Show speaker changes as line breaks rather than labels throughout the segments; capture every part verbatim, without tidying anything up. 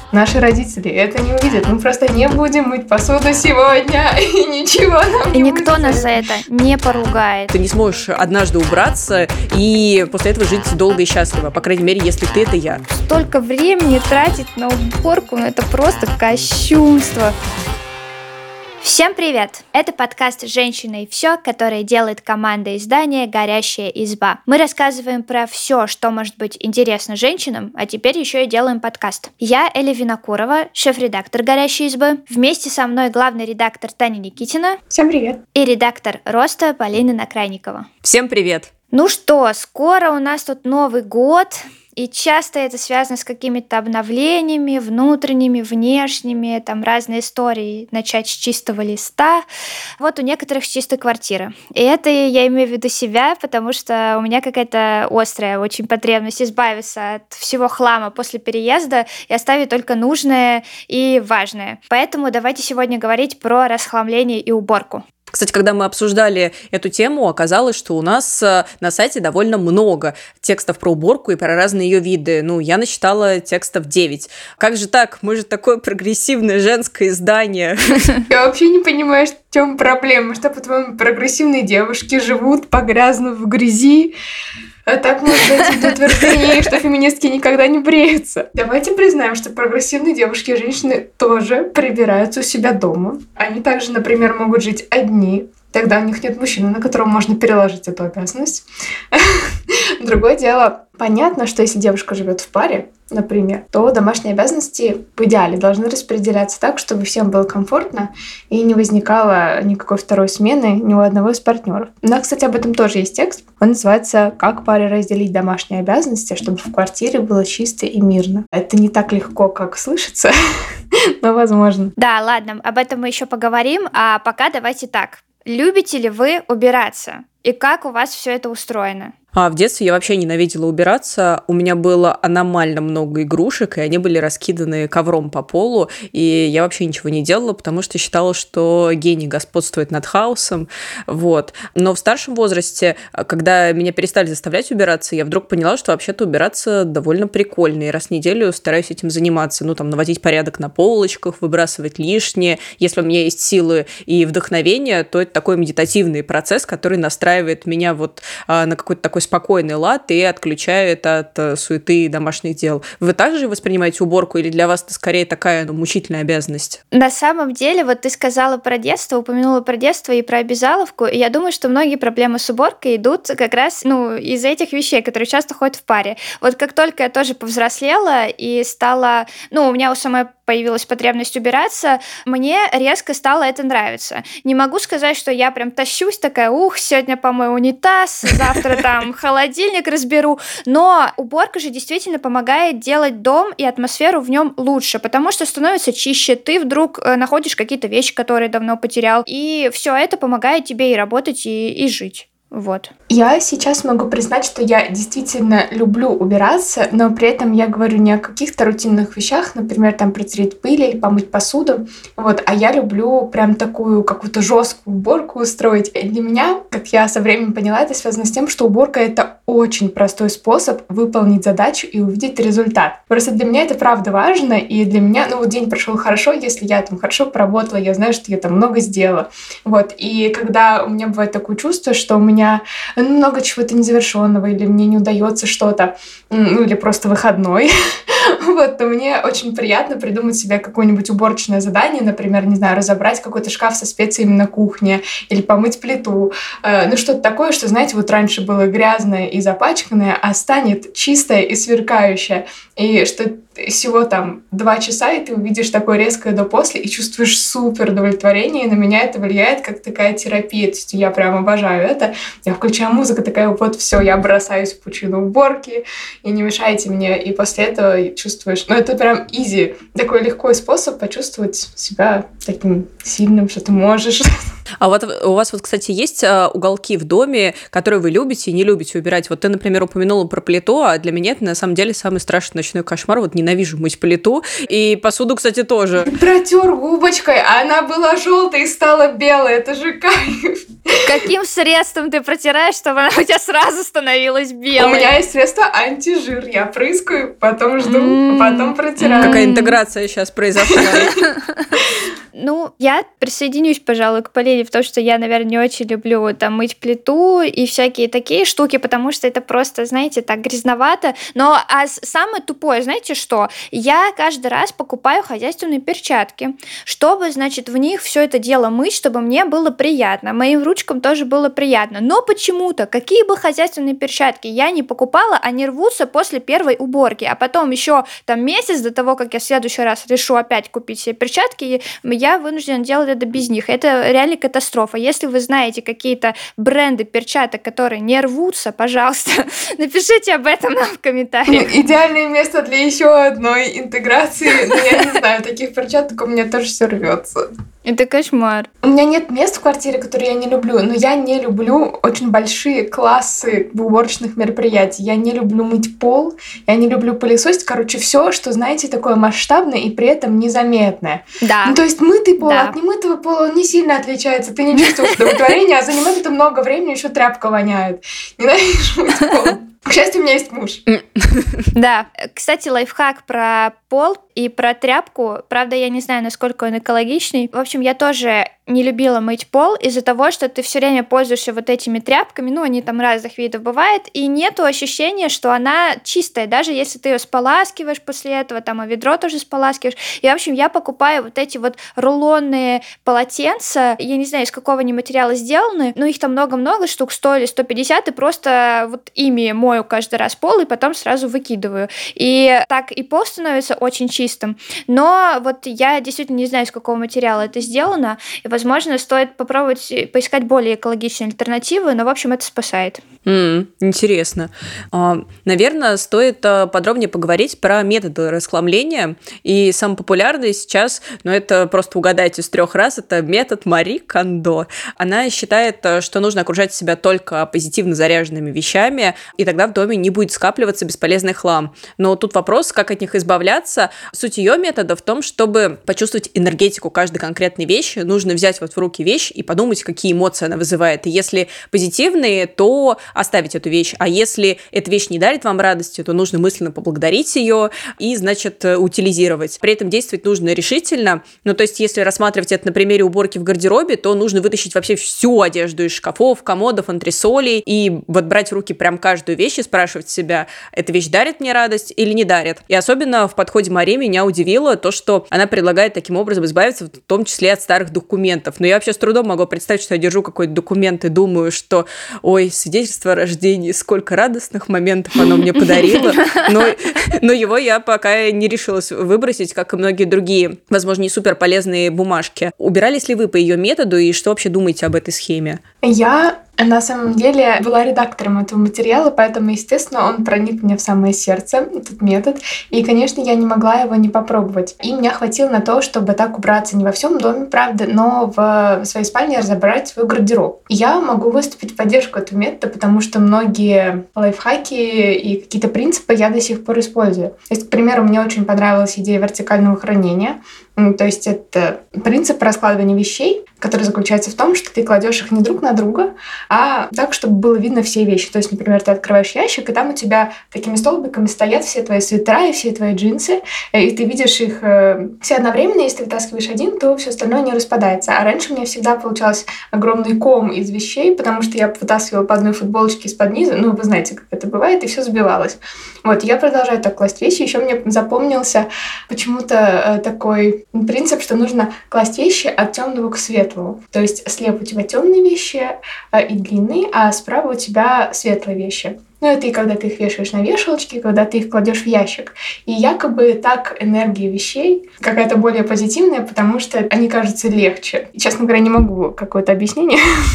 Наши родители это не увидят. Мы просто не будем мыть посуду сегодня, и ничего нам не
И
будет.
никто нас за это не поругает.
Ты не сможешь однажды убраться и после этого жить долго и счастливо. По крайней мере, если ты — это я.
Столько времени тратить на уборку, ну это просто кощунство. Всем привет! Это подкаст «Женщина и все», который делает команда издания «Горящая изба». Мы рассказываем про все, что может быть интересно женщинам, а теперь еще и делаем подкаст. Я Эля Винокурова, шеф-редактор «Горящей избы». Вместе со мной главный редактор Таня Никитина.
Всем привет.
И редактор «Роста» Полина Накрайникова.
Всем привет!
Ну что, скоро у нас тут Новый год. И часто это связано с какими-то обновлениями, внутренними, внешними, там разные истории, начать с чистого листа. Вот у некоторых с чистой квартиры. И это я имею в виду себя, потому что у меня какая-то острая очень потребность избавиться от всего хлама после переезда и оставить только нужное и важное. Поэтому давайте сегодня говорить про расхламление и уборку.
Кстати, когда мы обсуждали эту тему, оказалось, что у нас на сайте довольно много текстов про уборку и про разные ее виды. Ну, я насчитала текстов девять. Как же так? Мы же такое прогрессивное женское издание.
Я вообще не понимаю, в чем проблема. Что, по-твоему, прогрессивные девушки живут, погрязнув в грязи? А так можно дойти до утверждения, что феминистки никогда не бреются. Давайте признаем, что прогрессивные девушки и женщины тоже прибираются у себя дома. Они также, например, могут жить одни. Тогда у них нет мужчины, на которого можно переложить эту обязанность. Другое дело, понятно, что если девушка живет в паре, например, то домашние обязанности в идеале должны распределяться так, чтобы всем было комфортно и не возникало никакой второй смены ни у одного из партнеров. Но, кстати, об этом тоже есть текст. Он называется «Как паре разделить домашние обязанности, чтобы в квартире было чисто и мирно». Это не так легко, как слышится, но возможно.
Да, ладно, об этом мы еще поговорим, а пока давайте так. Любите ли вы убираться? И как у вас все это устроено?
А в детстве я вообще ненавидела убираться. У меня было аномально много игрушек, и они были раскиданы ковром по полу, и я вообще ничего не делала, потому что считала, что гений господствует над хаосом. Вот. Но в старшем возрасте, когда меня перестали заставлять убираться, я вдруг поняла, что вообще-то убираться довольно прикольно, и раз в неделю стараюсь этим заниматься. Ну, там, наводить порядок на полочках, выбрасывать лишнее. Если у меня есть силы и вдохновение, то это такой медитативный процесс, который настраивает меня вот а, на какой-то такой спокойный лад и отключает от uh, суеты и домашних дел. Вы также воспринимаете уборку или для вас это скорее такая ну, мучительная обязанность?
На самом деле, вот ты сказала про детство, упомянула про детство и про обязаловку, и я думаю, что многие проблемы с уборкой идут как раз ну, из этих вещей, которые часто ходят в паре. Вот как только я тоже повзрослела и стала... Ну, у меня у самой появилась потребность убираться, мне резко стало это нравиться. Не могу сказать, что я прям тащусь такая, ух, сегодня помою унитаз, завтра там холодильник разберу, но уборка же действительно помогает делать дом и атмосферу в нем лучше, потому что становится чище, ты вдруг находишь какие-то вещи, которые давно потерял, и все это помогает тебе и работать, и, и жить. Вот.
Я сейчас могу признать, что я действительно люблю убираться, но при этом я говорю не о каких-то рутинных вещах, например, там протереть пыль или помыть посуду, вот, а я люблю прям такую какую-то жесткую уборку устроить. И для меня, как я со временем поняла, это связано с тем, что уборка — это очень простой способ выполнить задачу и увидеть результат. Просто для меня это правда важно, и для меня, ну вот день прошел хорошо, если я там хорошо поработала, я знаю, что я там много сделала, вот, и когда у меня бывает такое чувство, что у меня У меня много чего-то незавершенного, или мне не удается что-то, ну или просто выходной, вот, то мне очень приятно придумать себе какое-нибудь уборочное задание, например, не знаю, разобрать какой-то шкаф со специями на кухне, или помыть плиту, ну что-то такое, что, знаете, вот раньше было грязное и запачканное, а станет чистое и сверкающее, и что всего там два часа, и ты увидишь такое резкое до-после и чувствуешь супер удовлетворение, и на меня это влияет как такая терапия, то есть я прям обожаю это. Я включаю музыку, такая вот все, я бросаюсь в пучину уборки, и не мешайте мне, и после этого чувствуешь, ну это прям изи, такой легкий способ почувствовать себя таким сильным, что ты можешь.
А вот у вас вот, кстати, есть а, уголки в доме, которые вы любите и не любите убирать? Вот ты, например, упомянула про плиту, а для меня это на самом деле самый страшный ночной кошмар. Вот ненавижу мыть плиту, и посуду, кстати, тоже.
Протер губочкой, а она была желтой и стала белой. Это же кайф.
Каким средством ты протираешь, чтобы она у тебя сразу становилась белой?
У меня есть средство антижир. Я прыскаю, потом жду, mm-hmm. потом протираю.
Какая интеграция сейчас произошла.
Ну, я присоединюсь, пожалуй, к Полине в том, что я, наверное, не очень люблю там мыть плиту и всякие такие штуки, потому что это просто, знаете, так грязновато. Но а самое тупое, знаете что? Я каждый раз покупаю хозяйственные перчатки, чтобы, значит, в них все это дело мыть, чтобы мне было приятно, моим ручкам тоже было приятно. Но почему-то, какие бы хозяйственные перчатки я не покупала, они рвутся после первой уборки, а потом еще там месяц до того, как я в следующий раз решу опять купить себе перчатки, я я вынуждена делать это без них. Это реально катастрофа. Если вы знаете какие-то бренды перчаток, которые не рвутся, пожалуйста, напишите об этом нам в комментариях.
Идеальное место для еще одной интеграции. Но я не знаю, таких перчаток у меня тоже все рвется.
Это кошмар.
У меня нет мест в квартире, которые я не люблю, но я не люблю очень большие классы уборочных мероприятий. Я не люблю мыть пол, я не люблю пылесосить. Короче, все, что, знаете, такое масштабное и при этом незаметное.
Да.
Ну, то есть мытый пол
да.
от немытого пола он не сильно отличается. Ты не чувствуешь удовлетворения, а занимает это много времени, еще тряпка воняет. Ненавижу мыть пол. К счастью, у меня есть муж.
Да. Кстати, лайфхак про пол и про тряпку. Правда, я не знаю, насколько он экологичный. В общем, я тоже не любила мыть пол из-за того, что ты все время пользуешься вот этими тряпками, ну, они там разных видов бывают, и нету ощущения, что она чистая, даже если ты ее споласкиваешь после этого, там, а ведро тоже споласкиваешь. И, в общем, я покупаю вот эти вот рулонные полотенца, я не знаю, из какого они материала сделаны, но их там много-много, штук сто или сто пятьдесят, и просто вот ими мою каждый раз пол, и потом сразу выкидываю. И так и пол становится очень чистым. Но вот я действительно не знаю, из какого материала это сделано, и, возможно, стоит попробовать поискать более экологичные альтернативы, но, в общем, это спасает.
Mm, интересно. А, наверное, стоит подробнее поговорить про методы расхламления. И самый популярный сейчас, но это просто угадайте с трех раз, это метод Мари Кондо. Она считает, что нужно окружать себя только позитивно заряженными вещами, и тогда в доме не будет скапливаться бесполезный хлам. Но тут вопрос, как от них избавляться. Суть ее метода в том, чтобы почувствовать энергетику каждой конкретной вещи, нужно взять вот в руки вещь и подумать, какие эмоции она вызывает. И если позитивные, то оставить эту вещь. А если эта вещь не дарит вам радости, то нужно мысленно поблагодарить ее и, значит, утилизировать. При этом действовать нужно решительно. Ну, то есть, если рассматривать это на примере уборки в гардеробе, то нужно вытащить вообще всю одежду из шкафов, комодов, антресолей и вот брать в руки прям каждую вещь и спрашивать себя, эта вещь дарит мне радость или не дарит. И особенно в подходе Мари меня удивило то, что она предлагает таким образом избавиться в том числе от старых документов. Но я вообще с трудом могу представить, что я держу какой-то документ и думаю, что, ой, свидетельство о рождении, сколько радостных моментов оно мне подарило, но, но его я пока не решилась выбросить, как и многие другие, возможно, не супер полезные бумажки. Убирались ли вы по ее методу и что вообще думаете об этой схеме?
Я на самом деле была редактором этого материала, поэтому, естественно, он проник мне в самое сердце, этот метод. И, конечно, я не могла его не попробовать. И меня хватило на то, чтобы так убраться не во всем доме, правда, но в своей спальне разобрать свой гардероб. Я могу выступить в поддержку этого метода, потому что многие лайфхаки и какие-то принципы я до сих пор использую. То есть, к примеру, мне очень понравилась идея вертикального хранения. То есть это принцип раскладывания вещей, который заключается в том, что ты кладешь их не друг на друга, а так, чтобы было видно все вещи. То есть, например, ты открываешь ящик, и там у тебя такими столбиками стоят все твои свитера и все твои джинсы, и ты видишь их все одновременно. Если ты вытаскиваешь один, то все остальное не распадается. А раньше у меня всегда получался огромный ком из вещей, потому что я вытаскивала по одной футболочке из-под низа, ну, вы знаете, как это бывает, и все забивалось. Вот, я продолжаю так класть вещи. Еще мне запомнился почему-то такой принцип, что нужно класть вещи от темного к светлому. То есть слева у тебя темные вещи э, и длинные, а справа у тебя светлые вещи. Ну, это и когда ты их вешаешь на вешалочке, когда ты их кладешь в ящик. И якобы так энергия вещей какая-то более позитивная, потому что они кажутся легче. И, честно говоря, не могу какое-то объяснение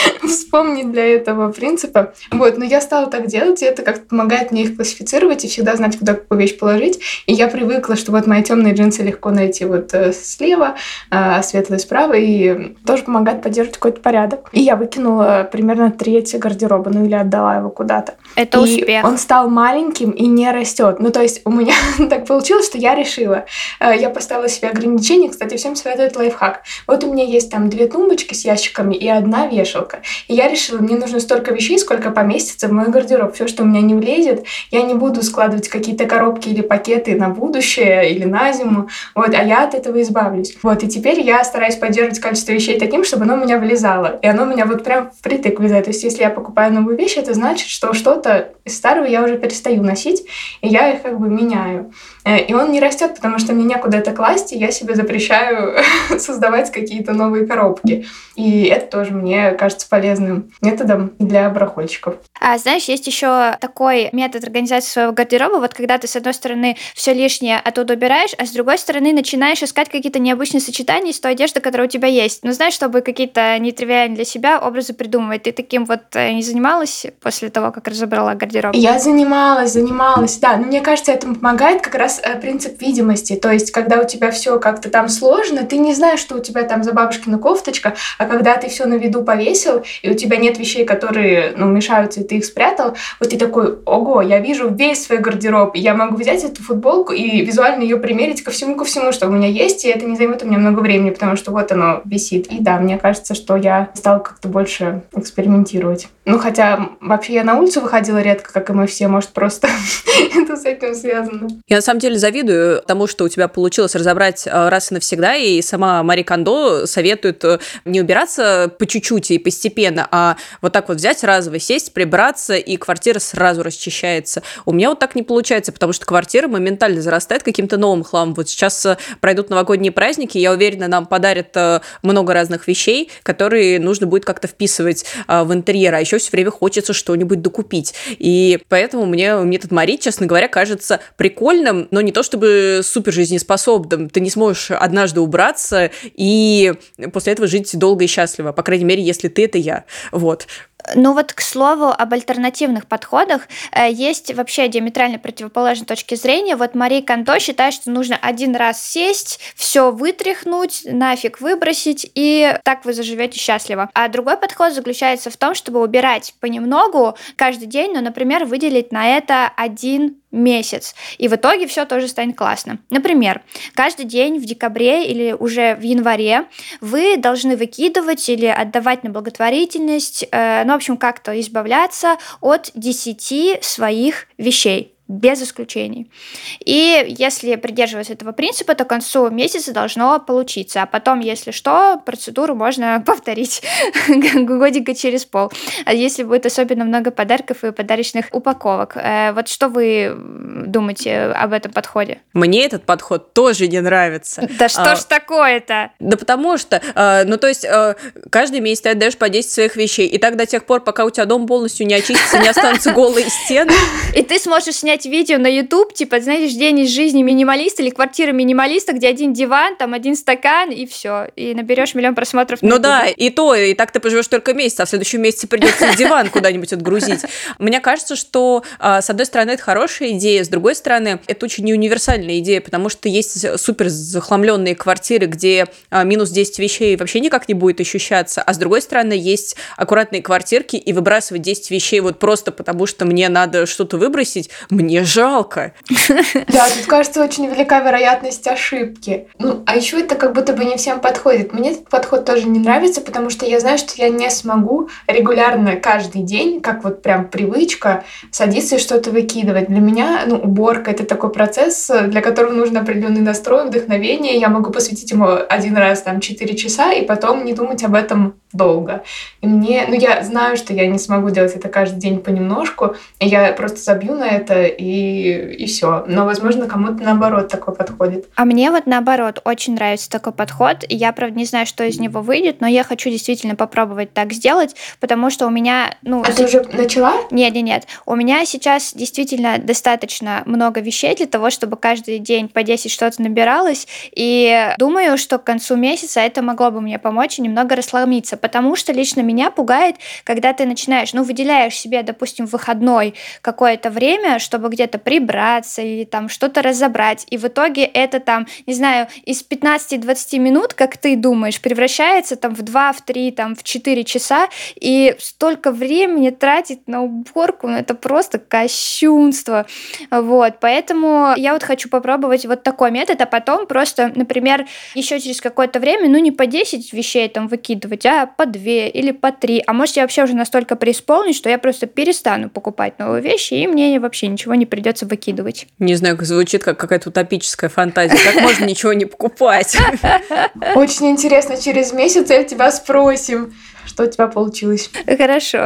вспомнить для этого принципа. Вот, но я стала так делать, и это как-то помогает мне их классифицировать и всегда знать, куда какую вещь положить. И я привыкла, что вот мои темные джинсы легко найти вот э, слева, а светлые справа, и тоже помогает поддерживать какой-то порядок. И я выкинула примерно треть гардероба, ну или отдала его куда-то.
Это
и
успех.
Он стал маленьким и не растет. Ну, то есть у меня так получилось, что я решила. Э, я поставила себе ограничение. Кстати, всем советуют лайфхак. Вот у меня есть там две тумбочки с ящиками и одна вешалка. И я решила, мне нужно столько вещей, сколько поместится в мой гардероб. Все, что у меня не влезет, я не буду складывать какие-то коробки или пакеты на будущее или на зиму. Вот, а я от этого избавлюсь. Вот, и теперь я стараюсь поддерживать количество вещей таким, чтобы оно у меня влезало. И оно у меня вот прям впритык влезает. То есть, если я покупаю новую вещь, это значит, что что-то из старого я уже перестаю носить, и я их как бы меняю. И он не растет, потому что мне некуда это класть, и я себе запрещаю создавать какие-то новые коробки. И это тоже мне кажется полезным методом для барахольщиков.
А знаешь, есть еще такой метод организации своего гардероба, вот когда ты, с одной стороны, все лишнее оттуда убираешь, а с другой стороны, начинаешь искать какие-то необычные сочетания из той одежды, которая у тебя есть. Ну, знаешь, чтобы какие-то нетривиальные для себя образы придумывать. Ты таким вот не занималась после того, как разобрала гардероб?
Я занималась, занималась, да. Но мне кажется, этому помогает как раз принцип видимости. То есть, когда у тебя все как-то там сложно, ты не знаешь, что у тебя там за бабушкина кофточка, а когда ты все на виду повесил, и у тебя нет вещей, которые, ну, мешаются, и ты их спрятал, вот ты такой: ого, я вижу весь свой гардероб, и я могу взять эту футболку и визуально ее примерить ко всему, ко всему, что у меня есть, и это не займет у меня много времени, потому что вот оно висит. И да, мне кажется, что я стала как-то больше экспериментировать. Ну, хотя вообще я на улицу выходила редко, как и мы все, может, просто это с этим связано.
Я на самом деле завидую тому, что у тебя получилось разобрать раз и навсегда, и сама Мари Кондо советует не убираться по чуть-чуть и постепенно, а вот так вот взять разово, сесть, прибраться, и квартира сразу расчищается. У меня вот так не получается, потому что квартира моментально зарастает каким-то новым хламом. Вот сейчас пройдут новогодние праздники, я уверена, нам подарят много разных вещей, которые нужно будет как-то вписывать в интерьер, а еще все время хочется что-нибудь докупить. И поэтому мне метод Мари, честно говоря, кажется прикольным, но не то чтобы супер жизнеспособным. Ты не сможешь однажды убраться и после этого жить долго и счастливо. По крайней мере, если ты — это я. Вот.
Ну вот, к слову, об альтернативных подходах, есть вообще диаметрально противоположные точки зрения. Вот Мари Кондо считает, что нужно один раз сесть, все вытряхнуть, нафиг выбросить, и так вы заживете счастливо. А другой подход заключается в том, чтобы убирать понемногу каждый день, ну, например, выделить на это один месяц. И в итоге все тоже станет классно. Например, каждый день в декабре или уже в январе вы должны выкидывать или отдавать на благотворительность, э, ну, в общем, как-то избавляться от десяти своих вещей. Без исключений. И если придерживаться этого принципа, то к концу месяца должно получиться. А потом, если что, процедуру можно повторить годика через пол. А если будет особенно много подарков и подарочных упаковок. Вот что вы думаете об этом подходе?
Мне этот подход тоже не нравится.
Да что а, ж такое-то?
Да потому что, ну то есть, каждый месяц ты отдаешь по десять своих вещей, и так до тех пор, пока у тебя дом полностью не очистится, не останутся голые стены.
И ты сможешь снять видео на YouTube, типа, знаешь, день из жизни минималиста или квартира минималиста, где один диван, там один стакан, и все. И наберешь миллион просмотров на
Ну
YouTube.
да, и то, и так ты поживешь только месяц, а в следующем месяце придется диван куда-нибудь отгрузить. Мне кажется, что, с одной стороны, это хорошая идея, с другой стороны, это очень неуниверсальная идея, потому что есть супер захламленные квартиры, где минус десять вещей вообще никак не будет ощущаться, а с другой стороны, есть аккуратные квартирки, и выбрасывать десять вещей вот просто потому, что мне надо что-то выбросить, мне жалко.
Да, тут, кажется, очень велика вероятность ошибки. Ну, а еще это как будто бы не всем подходит. Мне этот подход тоже не нравится, потому что я знаю, что я не смогу регулярно каждый день, как вот прям привычка, садиться и что-то выкидывать. Для меня, ну, уборка — это такой процесс, для которого нужно определенный настрой, вдохновение. Я могу посвятить ему один раз, там, четыре часа, и потом не думать об этом долго. И мне, ну, я знаю, что я не смогу делать это каждый день понемножку, и я просто забью на это, и, и все. Но, возможно, кому-то наоборот такой подходит.
А мне вот наоборот очень очень нравится такой подход. Я, правда, не знаю, что из него выйдет, но я хочу действительно попробовать так сделать, потому что у меня... Ну,
а
с...
ты уже начала?
Нет, нет, нет. У меня сейчас действительно достаточно много вещей для того, чтобы каждый день по десять что-то набиралось, и думаю, что к концу месяца это могло бы мне помочь и немного расслабиться, потому что лично меня пугает, когда ты начинаешь, ну, выделяешь себе, допустим, выходной какое-то время, чтобы где-то прибраться или там что-то разобрать, и в итоге это там, не знаю, из пятнадцати-двадцати минут, как ты думаешь, превращается там в два, в три, там в четыре часа, и столько времени тратить на уборку, ну, это просто кощунство, вот, поэтому я вот хочу попробовать вот такой метод, а потом просто, например, еще через какое-то время, ну, не по десять вещей там выкидывать, а по две или по три, а может, я вообще уже настолько преисполнюсь, что я просто перестану покупать новые вещи, и мне вообще ничего не придется выкидывать.
Не знаю, звучит как какая-то утопическая фантазия. Как можно ничего не покупать?
Очень интересно, через месяц я тебя спросим, что у тебя получилось.
Хорошо.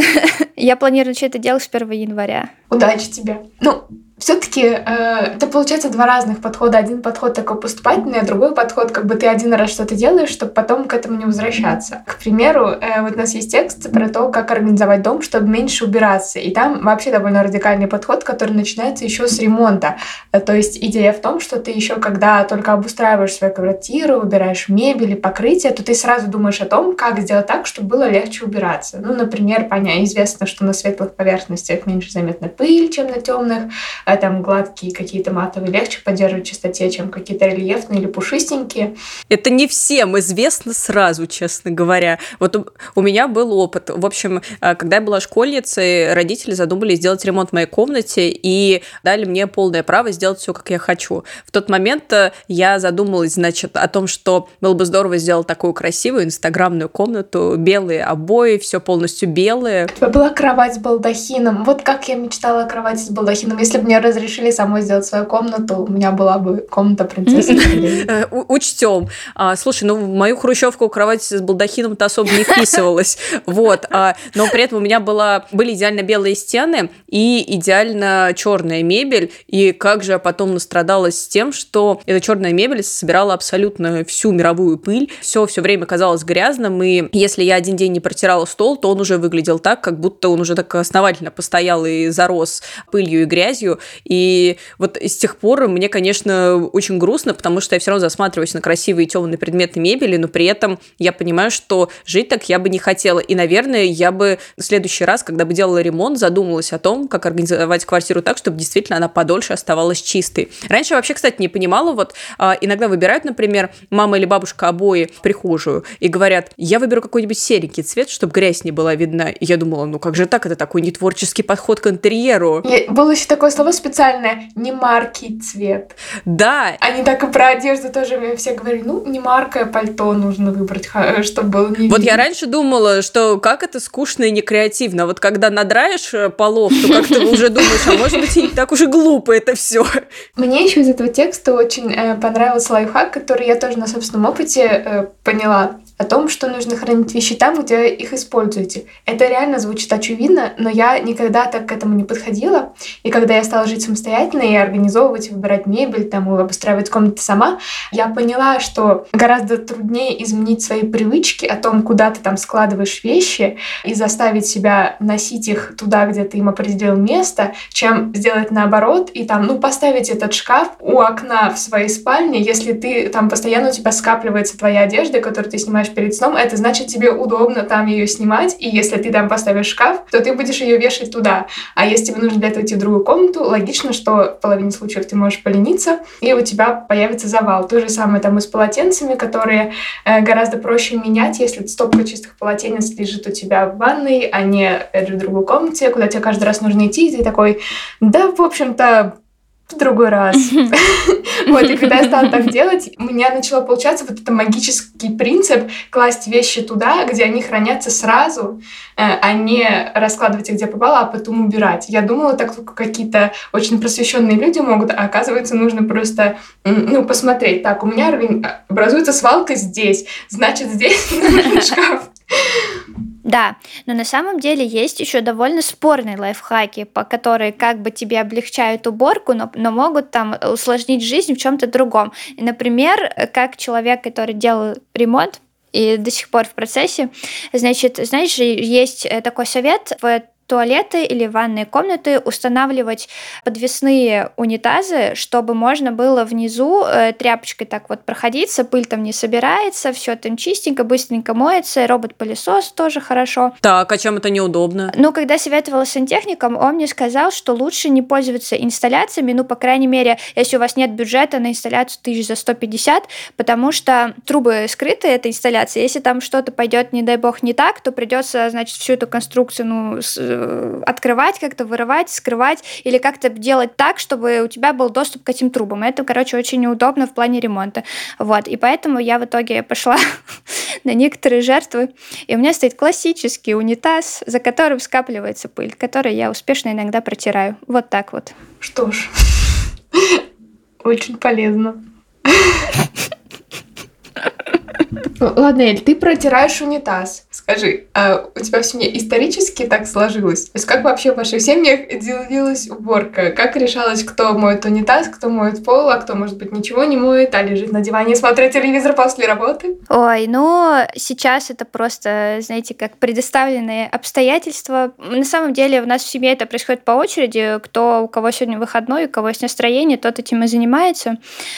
Я планирую начать это делать с первого января.
Удачи тебе. Ну, все-таки э, это получается два разных подхода. Один подход такой поступательный, а другой подход, как бы ты один раз что-то делаешь, чтобы потом к этому не возвращаться. К примеру, э, вот у нас есть текст про то, как организовать дом, чтобы меньше убираться. И там вообще довольно радикальный подход, который начинается еще с ремонта. Э, то есть идея в том, что ты еще когда только обустраиваешь свою квартиру, убираешь мебель и покрытие, то ты сразу думаешь о том, как сделать так, чтобы было легче убираться. Ну, например, понятно, известно, что на светлых поверхностях меньше заметна пыль, чем на темных. А там гладкие какие-то матовые легче поддерживать в чистоте, чем какие-то рельефные или пушистенькие.
Это не всем известно сразу, честно говоря. Вот у, у меня был опыт. В общем, когда я была школьницей, родители задумали сделать ремонт в моей комнате и дали мне полное право сделать все, как я хочу. В тот момент я задумалась, значит, о том, что было бы здорово сделать такую красивую инстаграмную комнату, белые обои, все полностью белое.
У тебя была кровать с балдахином. Вот как я мечтала о кровати с балдахином. Если бы мне разрешили самой сделать свою комнату, у меня была бы комната принцессы.
Учтем. Слушай, ну в мою хрущевку кровать с балдахином-то особо не вписывалась. Вот. Но при этом у меня была, были идеально белые стены и идеально черная мебель. И как же я потом настрадалась с тем, что эта черная мебель собирала абсолютно всю мировую пыль. Все все время казалось грязным. И если я один день не протирала стол, то он уже выглядел так, как будто он уже так основательно постоял и зарос пылью и грязью. И вот с тех пор мне, конечно, очень грустно, потому что я все равно засматриваюсь на красивые темные предметы мебели, но при этом я понимаю, что жить так я бы не хотела. И, наверное, я бы в следующий раз, когда бы делала ремонт, задумалась о том, как организовать квартиру так, чтобы действительно она подольше оставалась чистой. Раньше я вообще, кстати, не понимала, вот иногда выбирают, например, мама или бабушка обои в прихожую и говорят, я выберу какой-нибудь серенький цвет, чтобы грязь не была видна. И я думала, ну как же так, это такой нетворческий подход к интерьеру.
И было еще такое слово специальное, не маркий цвет.
Да.
Они так и про одежду тоже мне все говорили, ну, не маркое пальто нужно выбрать, чтобы было не видно.
Вот я раньше думала, что как это скучно и некреативно. Вот когда надраешь полов, то как-то уже думаешь, а может быть и не так уж и глупо это все.
Мне еще из этого текста очень э, понравился лайфхак, который я тоже на собственном опыте э, поняла. О том, что нужно хранить вещи там, где их используете. Это реально звучит очевидно, но я никогда так к этому не подходила. И когда я стала жить самостоятельно и организовывать, и выбирать мебель, там, и обустраивать комнаты сама, я поняла, что гораздо труднее изменить свои привычки о том, куда ты там складываешь вещи, и заставить себя носить их туда, где ты им определил место, чем сделать наоборот, и там, ну, поставить этот шкаф у окна в своей спальне, если ты там постоянно у тебя скапливается твоя одежда, которую ты снимаешь перед сном, это значит, тебе удобно там ее снимать, и если ты там поставишь шкаф, то ты будешь ее вешать туда. А если тебе нужно для этого идти в другую комнату, логично, что в половине случаев ты можешь полениться, и у тебя появится завал. То же самое там и с полотенцами, которые э, гораздо проще менять, если стопка чистых полотенец лежит у тебя в ванной, а не, опять же, в другой комнате, куда тебе каждый раз нужно идти, и ты такой, да, в общем-то, в другой раз. Вот, и когда я стала так делать, у меня начало получаться вот это магический принцип класть вещи туда, где они хранятся сразу, а не раскладывать их где попало, а потом убирать. Я думала, так только какие-то очень просвещенные люди могут, а оказывается, нужно просто, ну, посмотреть. Так, у меня образуется свалка здесь, значит, здесь нужен шкаф.
Да, но на самом деле есть еще довольно спорные лайфхаки, по которые как бы тебе облегчают уборку, но, но могут там усложнить жизнь в чем-то другом. И, например, как человек, который делал ремонт и до сих пор в процессе, значит, знаешь, же, есть э, такой совет в туалеты или ванные комнаты устанавливать подвесные унитазы, чтобы можно было внизу э, тряпочкой так вот проходиться, пыль там не собирается, все там чистенько, быстренько моется, робот-пылесос тоже хорошо.
Так, а чем это неудобно?
Ну, когда советовала с сантехником, он мне сказал, что лучше не пользоваться инсталляциями, ну, по крайней мере, если у вас нет бюджета на инсталляцию тысяч за сто пятьдесят, потому что трубы скрыты, эта инсталляция, если там что-то пойдет, не дай бог, не так, то придется, значит, всю эту конструкцию, ну, с, открывать как-то, вырывать, скрывать или как-то делать так, чтобы у тебя был доступ к этим трубам. Это, короче, очень неудобно в плане ремонта. Вот. И поэтому я в итоге пошла на некоторые жертвы. И у меня стоит классический унитаз, за которым скапливается пыль, который я успешно иногда протираю. Вот так вот.
Что ж, очень полезно. Ладно, Эль, ты протираешь унитаз. Скажи, а у тебя в семье исторически так сложилось? То есть как вообще в ваших семьях делалась уборка? Как решалось, кто моет унитаз, кто моет пол, а кто, может быть, ничего не моет, а лежит на диване и смотрит телевизор после работы?
Ой, ну, сейчас это просто, знаете, как предоставленные обстоятельства. На самом деле у нас в семье это происходит по очереди. Кто, у кого сегодня выходной, у кого есть настроение, тот этим и занимается.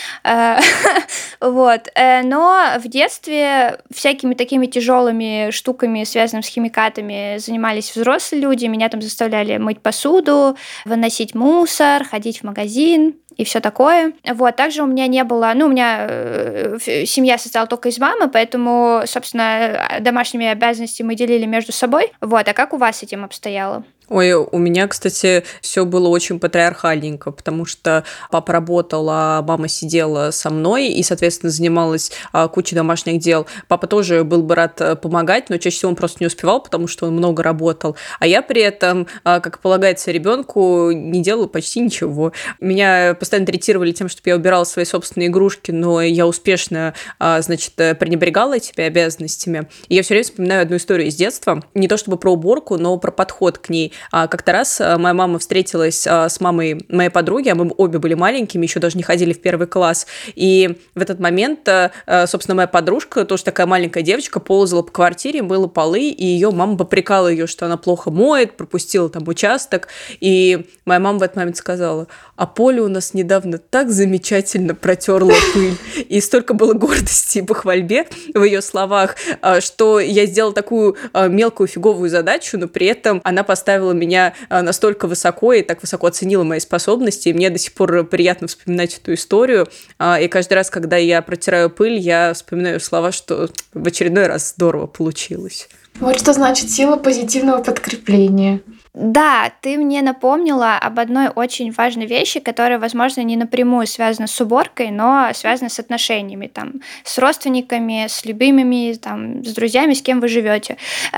Вот. Но в детстве всякими такими тяжелыми штуками, связанными с химикатами, занимались взрослые люди. Меня там заставляли мыть посуду, выносить мусор, ходить в магазин и все такое. Вот. Также у меня не было... Ну, у меня э, семья состояла только из мамы, поэтому, собственно, домашними обязанностями мы делили между собой. Вот. А как у вас с этим обстояло?
Ой, у меня, кстати, все было очень патриархальненько, потому что папа работал, а мама сидела со мной и, соответственно, занималась а, кучей домашних дел. Папа тоже был бы рад помогать, но чаще всего он просто не успевал, потому что он много работал. А я при этом, а, как полагается ребенку, не делала почти ничего. Меня постоянно третировали тем, чтобы я убирала свои собственные игрушки, но я успешно, а, значит, пренебрегала этими обязанностями. И я все время вспоминаю одну историю из детства, не то чтобы про уборку, но про подход к ней. Как-то раз моя мама встретилась с мамой моей подруги, а мы обе были маленькими, еще даже не ходили в первый класс. И в этот момент, собственно, моя подружка, тоже такая маленькая девочка, ползала по квартире, мыла полы, и ее мама попрекала ее, что она плохо моет, пропустила там участок. И моя мама в этот момент сказала: а Поля у нас недавно так замечательно протерла пыль. И столько было гордости и похвальбе в ее словах, что я сделала такую мелкую фиговую задачу, но при этом она поставила меня настолько высоко и так высоко оценила мои способности, и мне до сих пор приятно вспоминать эту историю. И каждый раз, когда я протираю пыль, я вспоминаю слова, что в очередной раз здорово получилось.
Вот что значит сила позитивного подкрепления.
Да, ты мне напомнила об одной очень важной вещи, которая, возможно, не напрямую связана с уборкой, но связана с отношениями, там, с родственниками, с любимыми, там, с друзьями, с кем вы живете.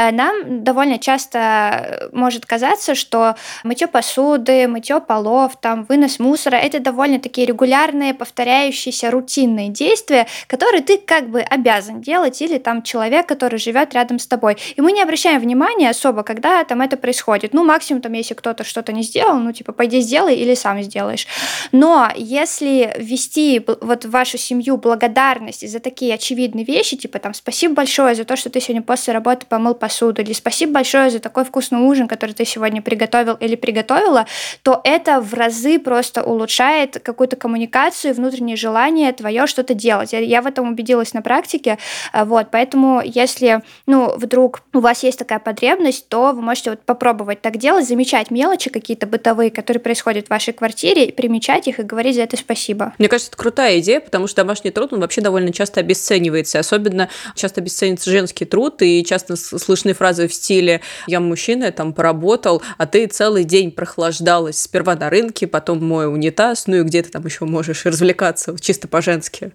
Нам довольно часто может казаться, что мытье посуды, мытье полов, там, вынос мусора — это довольно такие регулярные, повторяющиеся, рутинные действия, которые ты как бы обязан делать, или там человек, который живет рядом с тобой. И мы не обращаем внимания особо, когда там это происходит. Ну, максимум, там, если кто-то что-то не сделал, ну, типа, пойди сделай или сам сделаешь. Но если ввести вот в вашу семью благодарность за такие очевидные вещи, типа, там, спасибо большое за то, что ты сегодня после работы помыл посуду, или спасибо большое за такой вкусный ужин, который ты сегодня приготовил или приготовила, то это в разы просто улучшает какую-то коммуникацию, внутреннее желание твое что-то делать. Я, я в этом убедилась на практике, вот, поэтому если, ну, вдруг у вас есть такая потребность, то вы можете вот попробовать так делать, замечать мелочи какие-то бытовые, которые происходят в вашей квартире, примечать их и говорить за это спасибо.
Мне кажется, это крутая идея, потому что домашний труд, он вообще довольно часто обесценивается. Особенно часто обесценивается женский труд, и часто слышны фразы в стиле: я мужчина, я там поработал, а ты целый день прохлаждалась сперва на рынке, потом мой унитаз, ну и где ты там еще можешь развлекаться чисто по-женски.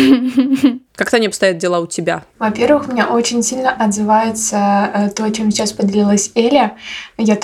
Как-то не обстоят дела у тебя?
Во-первых, у меня очень сильно отзывается то, чем сейчас поделилась Эля. Я тоже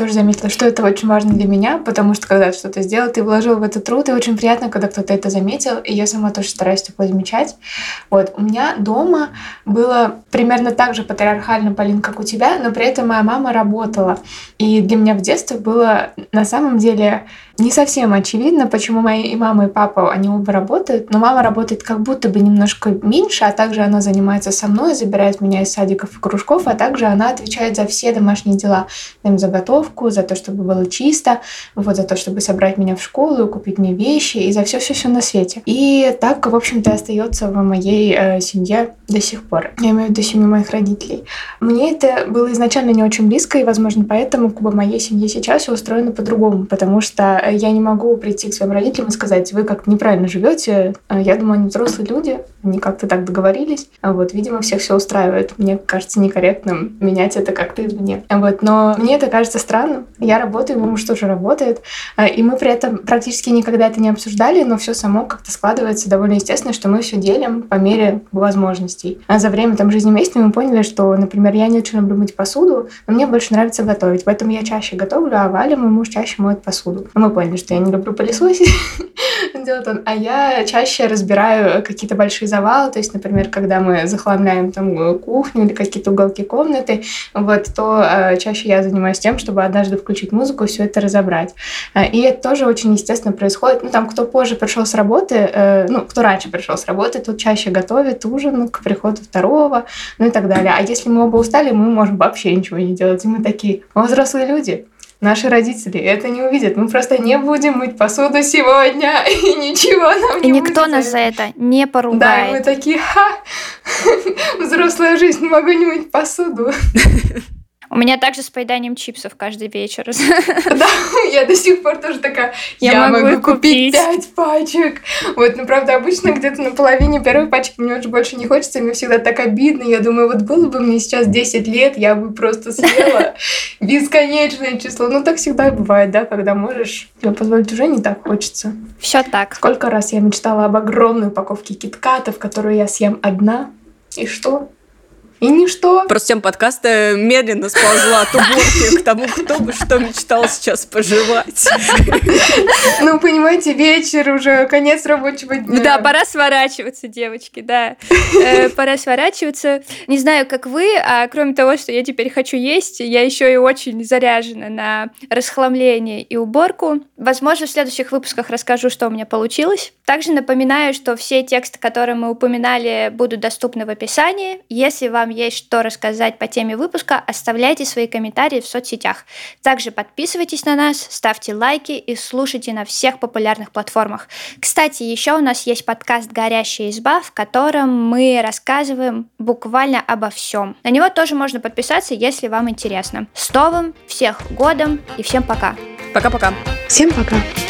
тоже заметила, что это очень важно для меня, потому что когда ты что-то сделал, ты вложил в это труд, и очень приятно, когда кто-то это заметил, и я сама тоже стараюсь такое замечать. Вот. У меня дома было примерно так же патриархально, Полин, как у тебя, но при этом моя мама работала. И для меня в детстве было на самом деле не совсем очевидно, почему мои и мама, и папа, они оба работают, но мама работает как будто бы немножко меньше, а также она занимается со мной, забирает меня из садиков и кружков, а также она отвечает за все домашние дела, там, за готовку, за то, чтобы было чисто, вот, за то, чтобы собрать меня в школу, купить мне вещи, и за все-все-все на свете. И так, в общем-то, остается в моей э, семье до сих пор. Я имею в виду семью моих родителей. Мне это было изначально не очень близко, и, возможно, поэтому в моей семье сейчас все устроено по-другому, потому что я не могу прийти к своим родителям и сказать: вы как-то неправильно живете. Я думаю, они взрослые люди, они как-то так договорились. Вот, видимо, всех все устраивает. Мне кажется некорректным менять это как-то извне. Вот, но мне это кажется странным. Я работаю, мой муж тоже работает, и мы при этом практически никогда это не обсуждали, но все само как-то складывается довольно естественно, что мы все делим по мере возможностей. А за время там жизни вместе мы поняли, что, например, я не очень люблю мыть посуду, но мне больше нравится готовить, поэтому я чаще готовлю, а Валя, мой муж, чаще моет посуду. Мы поняли, что я не люблю пылесосить, делает он, а я чаще разбираю какие-то большие завалы, то есть, например, когда мы захламляем там кухню или какие-то уголки комнаты, вот, то э, чаще я занимаюсь тем, чтобы однажды включить музыку и все это разобрать. И это тоже очень естественно происходит. Ну, там, кто позже пришел с работы, э, ну, кто раньше пришел с работы, тот чаще готовит ужин к приходу второго, ну и так далее. А если мы оба устали, мы можем вообще ничего не делать. И мы такие: мы взрослые люди. Наши родители это не увидят. Мы просто не будем мыть посуду сегодня, и ничего нам не
И
будет.
никто нас за это не поругает.
Да, и мы такие: ха, взрослая жизнь, не могу не мыть посуду.
У меня также с поеданием чипсов каждый вечер.
Да, я до сих пор тоже такая:
я,
я
могу,
могу купить
купить
пять пачек. Вот, ну, правда, обычно где-то на половине первой пачки мне уже больше не хочется, мне всегда так обидно. Я думаю, вот было бы мне сейчас десять лет, я бы просто съела бесконечное число. Ну, так всегда и бывает, да, когда можешь себе позволить, уже не так хочется.
Все так.
Сколько раз я мечтала об огромной упаковке киткатов, которую я съем одна, и что? И ничто.
Просто тема подкаста медленно сползла от уборки к тому, кто бы что мечтал сейчас пожевать.
Ну, понимаете, вечер уже, конец рабочего дня.
Да, пора сворачиваться, девочки, да. Э, пора сворачиваться. Не знаю, как вы, а кроме того, что я теперь хочу есть, я еще и очень заряжена на расхламление и уборку. Возможно, в следующих выпусках расскажу, что у меня получилось. Также напоминаю, что все тексты, которые мы упоминали, будут доступны в описании. Если вам есть что рассказать по теме выпуска, оставляйте свои комментарии в соцсетях. Также подписывайтесь на нас, ставьте лайки и слушайте на всех популярных платформах. Кстати, еще у нас есть подкаст «Горящая изба», в котором мы рассказываем буквально обо всем. На него тоже можно подписаться, если вам интересно. С новым, всех годом и всем пока!
Пока-пока.
Всем пока!